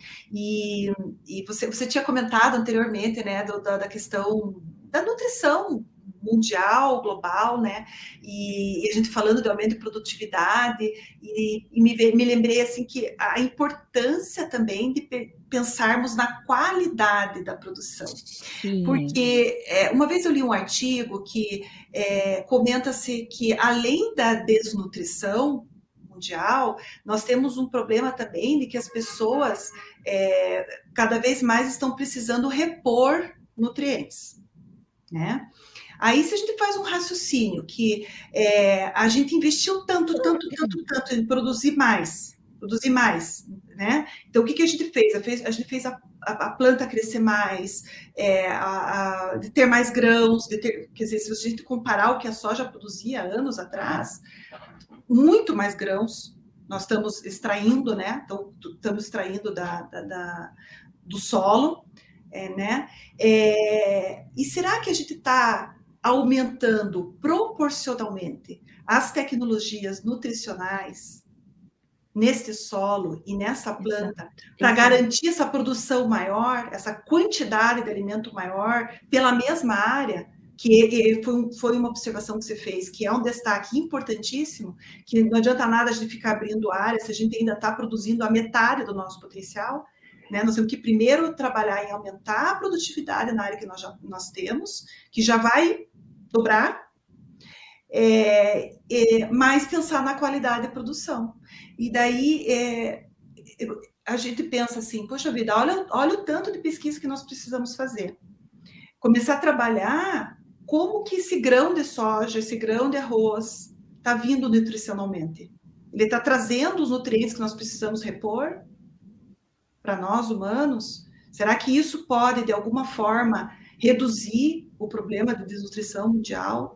E, e você, você tinha comentado anteriormente, né, do, da, da questão da nutrição mundial, global, né, e, e a gente falando de aumento de produtividade, e, e me, me lembrei, assim, que a importância também de pensarmos na qualidade da produção. Sim. Porque é, uma vez eu li um artigo que é, comenta-se que, além da desnutrição mundial, nós temos um problema também de que as pessoas é, cada vez mais estão precisando repor nutrientes, né? Aí, se a gente faz um raciocínio que é, a gente investiu tanto, tanto, tanto, tanto em produzir mais, produzir mais, né? Então, o que, que a gente fez? A, fez, a gente fez a, a, a planta crescer mais, é, a, a, de ter mais grãos, de ter, quer dizer, se a gente comparar o que a soja produzia anos atrás, muito mais grãos nós estamos extraindo, né? Então, estamos extraindo da, da, da, do solo, é, né? É, e será que a gente está aumentando proporcionalmente as tecnologias nutricionais nesse solo e nessa planta, para garantir essa produção maior, essa quantidade de alimento maior, pela mesma área, que foi, foi uma observação que você fez, que é um destaque importantíssimo, que não adianta nada a gente ficar abrindo área se a gente ainda está produzindo a metade do nosso potencial, né? Nós temos que primeiro trabalhar em aumentar a produtividade na área que nós, já, nós temos, que já vai dobrar, é, é, mas pensar na qualidade de produção. E daí é, a gente pensa assim, poxa vida, olha, olha o tanto de pesquisa que nós precisamos fazer. Começar a trabalhar como que esse grão de soja, esse grão de arroz está vindo nutricionalmente. Ele está trazendo os nutrientes que nós precisamos repor para nós humanos? Será que isso pode, de alguma forma, reduzir o problema de desnutrição mundial?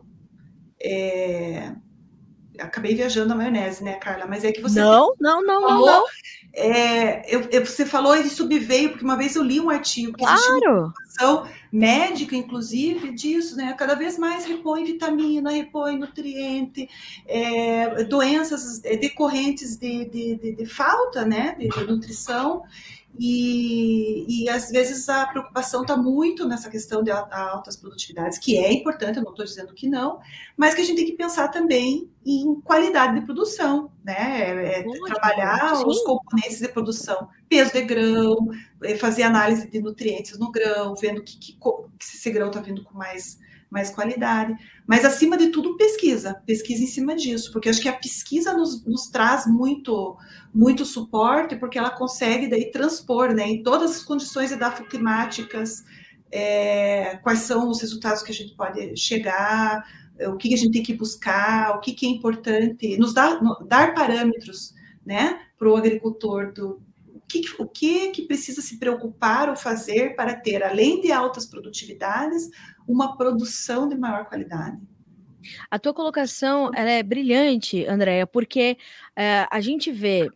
É... Acabei viajando na maionese, né, Carla? Mas é que você... Não, não, não, falou, não, não. É, eu, eu, você falou e subveio, porque uma vez eu li um artigo que claro. existe uma informação médica, inclusive, disso, né? Cada vez mais repõe vitamina, repõe nutriente, é, doenças decorrentes de, de, de, de falta, né, de, de nutrição. E, e às vezes a preocupação está muito nessa questão de altas produtividades, que é importante, eu não estou dizendo que não, mas que a gente tem que pensar também em qualidade de produção, né? É, trabalhar sim. os componentes de produção, peso de grão, fazer análise de nutrientes no grão, vendo que, que, que esse grão está vindo com mais, mais qualidade, mas acima de tudo pesquisa, pesquisa em cima disso, porque acho que a pesquisa nos, nos traz muito, muito suporte, porque ela consegue daí transpor, né, em todas as condições edafoclimáticas, é, quais são os resultados que a gente pode chegar, o que a gente tem que buscar, o que, que é importante, nos dar, dar parâmetros, né, para o agricultor do O que, o que que precisa se preocupar ou fazer para ter, além de altas produtividades, uma produção de maior qualidade? A tua colocação ela é brilhante, Andréia, porque é, a gente vê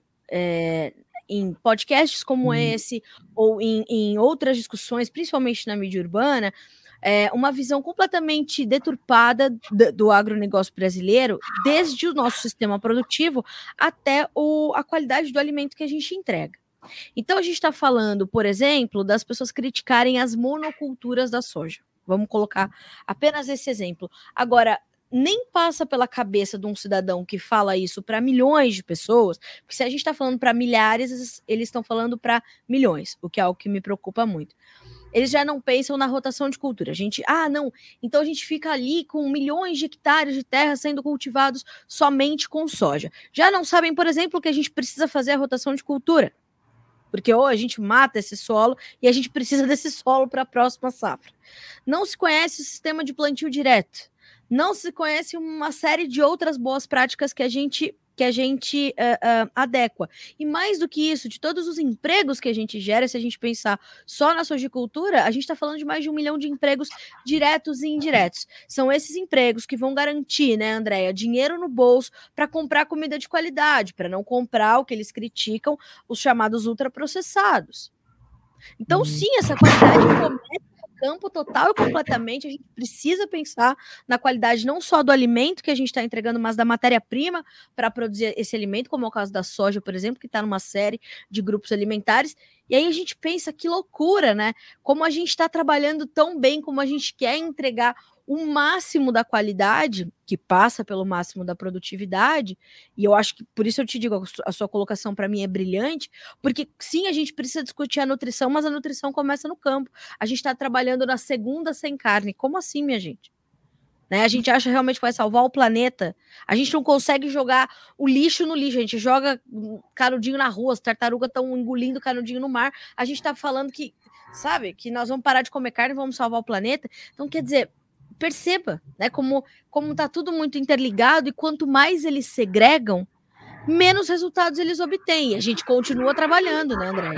é, em podcasts como esse, ou em, em outras discussões, principalmente na mídia urbana, é, uma visão completamente deturpada do, do agronegócio brasileiro, desde o nosso sistema produtivo até o, a qualidade do alimento que a gente entrega. Então, a gente está falando, por exemplo, das pessoas criticarem as monoculturas da soja. Vamos colocar apenas esse exemplo. Agora, nem passa pela cabeça de um cidadão que fala isso para milhões de pessoas, porque se a gente está falando para milhares, eles estão falando para milhões, o que é algo que me preocupa muito. Eles já não pensam na rotação de cultura. A gente, ah, não, então a gente fica ali com milhões de hectares de terra sendo cultivados somente com soja. Já não sabem, por exemplo, que a gente precisa fazer a rotação de cultura. Porque ou a gente mata esse solo e a gente precisa desse solo para a próxima safra. Não se conhece o sistema de plantio direto. Não se conhece uma série de outras boas práticas que a gente, que a gente uh, uh, adequa. E mais do que isso, de todos os empregos que a gente gera, se a gente pensar só na sojicultura, a gente está falando de mais de um milhão de empregos diretos e indiretos. São esses empregos que vão garantir, né, Andréia, dinheiro no bolso para comprar comida de qualidade, para não comprar o que eles criticam, os chamados ultraprocessados. Então, sim, essa qualidade começa campo total e completamente, a gente precisa pensar na qualidade não só do alimento que a gente está entregando, mas da matéria-prima para produzir esse alimento, como é o caso da soja, por exemplo, que está numa série de grupos alimentares, e aí a gente pensa, que loucura, né? Como a gente está trabalhando tão bem, como a gente quer entregar o máximo da qualidade, que passa pelo máximo da produtividade, e eu acho que, por isso eu te digo, a sua colocação para mim é brilhante, porque sim, a gente precisa discutir a nutrição, mas a nutrição começa no campo. A gente está trabalhando na segunda sem carne. Como assim, minha gente? Né? A gente acha realmente que vai salvar o planeta. A gente não consegue jogar o lixo no lixo, a gente joga canudinho na rua, as tartarugas estão engolindo canudinho no mar, a gente está falando que, sabe, que nós vamos parar de comer carne e vamos salvar o planeta. Então, quer dizer, perceba, né, como como tá tudo muito interligado, e quanto mais eles segregam, menos resultados eles obtêm. A gente continua trabalhando, né, André?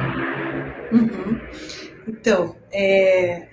Uhum. Então, é,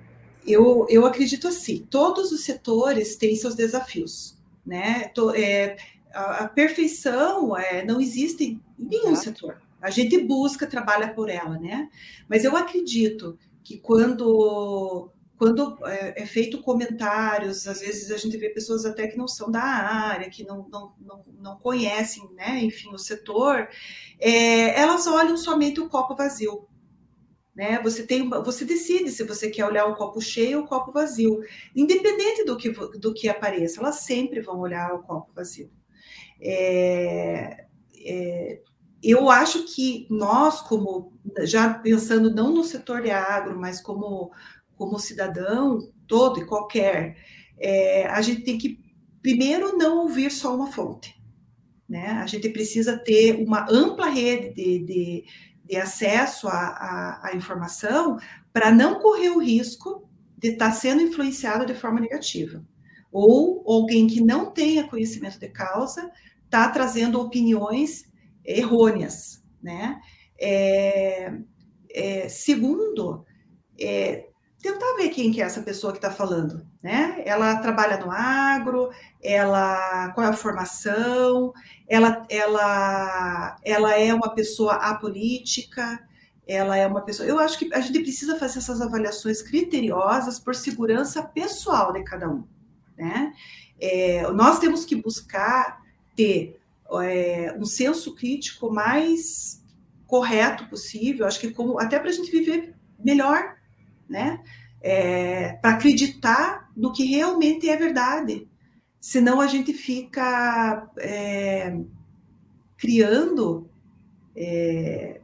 eu, eu acredito assim, todos os setores têm seus desafios, né? Tô, é, a, a perfeição é, não existe em nenhum Exato. setor. A gente busca, trabalha por ela, né? Mas eu acredito que quando quando é, é feito comentários, às vezes a gente vê pessoas até que não são da área, que não, não, não, não conhecem, né, enfim, o setor, é, elas olham somente o copo vazio. Né? Você, tem, você decide se você quer olhar o copo cheio ou o copo vazio. Independente do que, do que apareça, elas sempre vão olhar o copo vazio. É, é, eu acho que nós, como já pensando não no setor de agro, mas como, como cidadão todo e qualquer, é, a gente tem que primeiro não ouvir só uma fonte. Né? A gente precisa ter uma ampla rede de, de, de acesso à, à informação para não correr o risco de estar sendo influenciado de forma negativa. Ou alguém que não tenha conhecimento de causa está trazendo opiniões errôneas. Né? É, é, segundo, é, tentar ver quem que é essa pessoa que está falando, né? Ela trabalha no agro, ela, qual é a formação, ela, ela, ela é uma pessoa apolítica, ela é uma pessoa... Eu acho que a gente precisa fazer essas avaliações criteriosas por segurança pessoal de cada um, né? É, nós temos que buscar ter é, um senso crítico mais correto possível, acho que como, até para a gente viver melhor, né? É, para acreditar no que realmente é verdade. Senão a gente fica é, criando é,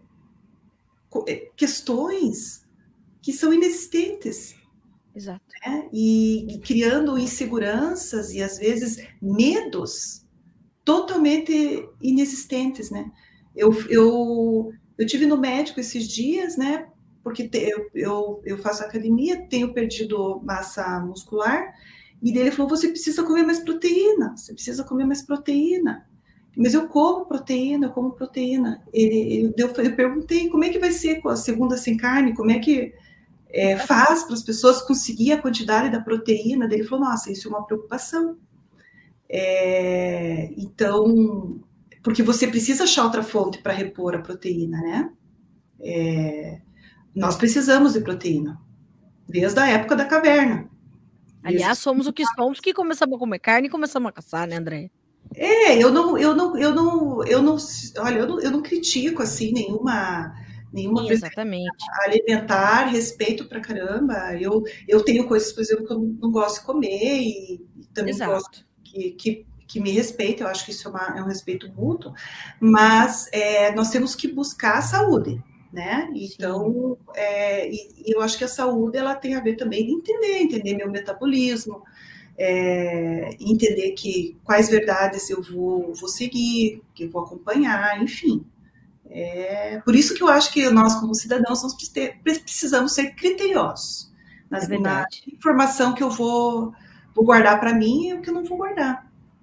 questões que são inexistentes. Exato. Né? E, e criando inseguranças e, às vezes, medos totalmente inexistentes. Né? Eu, eu, eu tive no médico esses dias, né? Porque eu, eu, eu faço academia, tenho perdido massa muscular, e dele falou, você precisa comer mais proteína, você precisa comer mais proteína. Mas eu como proteína, eu como proteína. Ele, eu, eu perguntei, como é que vai ser com a segunda sem carne? Como é que é, faz para as pessoas conseguir a quantidade da proteína? Ele falou, nossa, isso é uma preocupação. É, então, porque você precisa achar outra fonte para repor a proteína, né? É, nós precisamos de proteína, desde a época da caverna. Aliás, somos o que somos, que começamos a comer carne e começamos a caçar, né, André? É, eu não, eu não, eu não, eu não, olha, eu não, eu não critico assim nenhuma, nenhuma Sim, exatamente. alimentar, respeito pra caramba. Eu, eu tenho coisas, por exemplo, que eu não gosto de comer e, e também Exato. Gosto que, que, que me respeitem. Eu acho que isso é, uma, é um respeito mútuo, mas é, nós temos que buscar a saúde. Né? Então, é, e, e eu acho que a saúde ela tem a ver também de entender, entender meu metabolismo, é, entender que quais verdades eu vou, vou seguir, que eu vou acompanhar, enfim. É, por isso que eu acho que nós, como cidadãos, nós precisamos ser criteriosos na, é na informação que eu vou, vou guardar para mim e o que eu não vou guardar.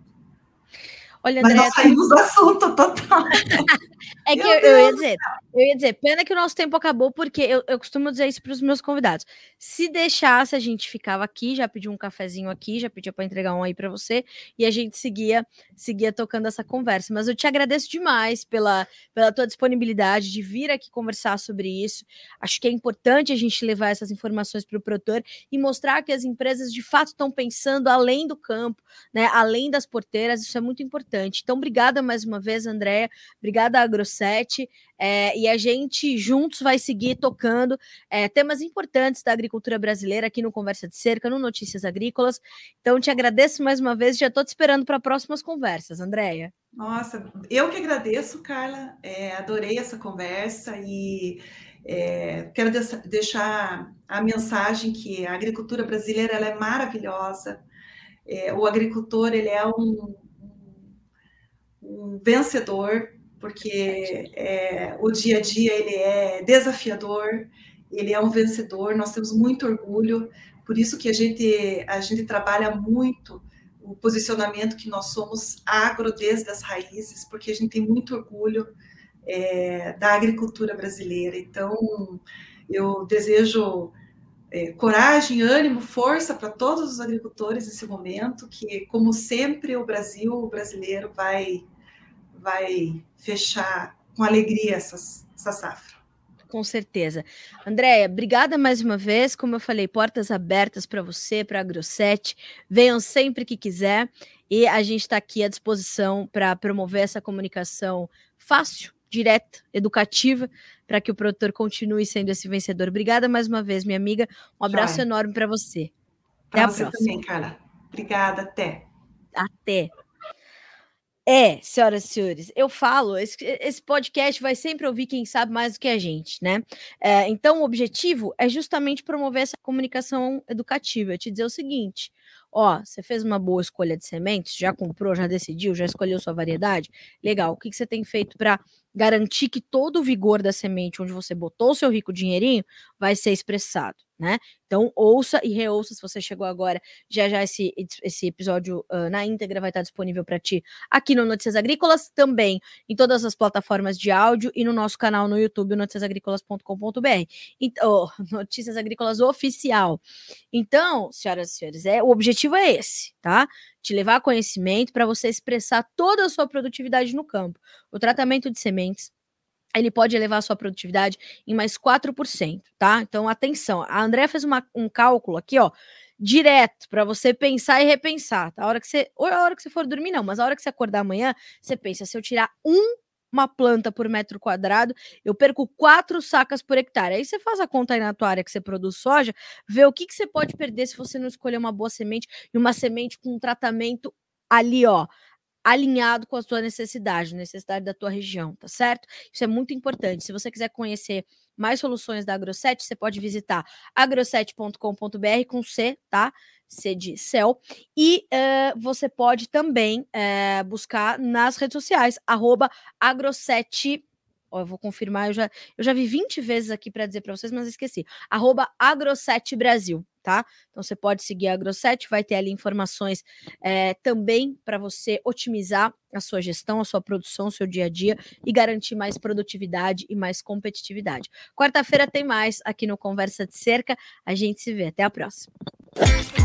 Olha, Mas Andréa, nós saímos do assunto total. É que eu, eu ia dizer, eu ia dizer, pena que o nosso tempo acabou, porque eu, eu costumo dizer isso para os meus convidados. Se deixasse, a gente ficava aqui, já pediu um cafezinho aqui, já pedia para entregar um aí para você, e a gente seguia, seguia tocando essa conversa. Mas eu te agradeço demais pela, pela tua disponibilidade de vir aqui conversar sobre isso. Acho que é importante a gente levar essas informações para o produtor e mostrar que as empresas de fato estão pensando além do campo, né, além das porteiras. Isso é muito importante. Então, obrigada mais uma vez, Andréa. Obrigada, AgroSete. É, e a gente juntos vai seguir tocando é, temas importantes da agricultura brasileira aqui no Conversa de Cerca, no Notícias Agrícolas. Então, te agradeço mais uma vez e já estou te esperando para próximas conversas, Andréa. Nossa, eu que agradeço, Carla. É, adorei essa conversa e é, quero de- deixar a mensagem que a agricultura brasileira ela é maravilhosa. É, o agricultor ele é um, um vencedor, porque é, o dia a dia ele é desafiador, ele é um vencedor, nós temos muito orgulho, por isso que a gente, a gente trabalha muito o posicionamento que nós somos agro desde as raízes, porque a gente tem muito orgulho é, da agricultura brasileira. Então, eu desejo é, coragem, ânimo, força para todos os agricultores nesse momento, que, como sempre, o Brasil, o brasileiro, vai vai fechar com alegria essa, essa safra. Com certeza. Andréia, obrigada mais uma vez. Como eu falei, portas abertas para você, para a AgroSete. Venham sempre que quiser. E a gente está aqui à disposição para promover essa comunicação fácil, direta, educativa, para que o produtor continue sendo esse vencedor. Obrigada mais uma vez, minha amiga. Um abraço Joia. enorme para você. Para você próxima. Também, Carla. Obrigada, até. Até. É, senhoras e senhores, eu falo, esse, esse podcast vai sempre ouvir quem sabe mais do que a gente, né? É, então, o objetivo é justamente promover essa comunicação educativa. Eu te dizer o seguinte, ó, você fez uma boa escolha de sementes, já comprou, já decidiu, já escolheu sua variedade? Legal, o que, que você tem feito para garantir que todo o vigor da semente onde você botou o seu rico dinheirinho vai ser expressado, né? Então, ouça e reouça se você chegou agora. Já já esse, esse episódio uh, na íntegra vai estar disponível para ti aqui no Notícias Agrícolas, também em todas as plataformas de áudio e no nosso canal no YouTube, noticias agrícolas ponto com ponto b r. Então, oh, Notícias Agrícolas Oficial. Então, senhoras e senhores, é, o objetivo é esse, tá? Te levar conhecimento para você expressar toda a sua produtividade no campo. O tratamento de sementes, ele pode elevar a sua produtividade em mais quatro por cento, tá? Então, atenção, a Andréia fez uma, um cálculo aqui, ó, direto, para você pensar e repensar, tá? A hora que você, ou a hora que você for dormir, não, mas a hora que você acordar amanhã, você pensa, se eu tirar um, uma planta por metro quadrado, eu perco quatro sacas por hectare. Aí você faz a conta aí na tua área que você produz soja, vê o que, que você pode perder se você não escolher uma boa semente e uma semente com um tratamento ali, ó, alinhado com a tua necessidade, necessidade da tua região, tá certo? Isso é muito importante. Se você quiser conhecer mais soluções da AgroSete, você pode visitar agrosete ponto com ponto b r com C, tá? C de céu. E uh, você pode também uh, buscar nas redes sociais, arroba agrosete. Ó, eu vou confirmar, eu já, eu já vi vinte vezes aqui para dizer para vocês, mas esqueci. Arroba agrosete Brasil. Tá? Então você pode seguir a AgroSete, vai ter ali informações é, também para você otimizar a sua gestão, a sua produção, o seu dia a dia e garantir mais produtividade e mais competitividade. Quarta-feira tem mais aqui no Conversa de Cerca. A gente se vê. Até a próxima.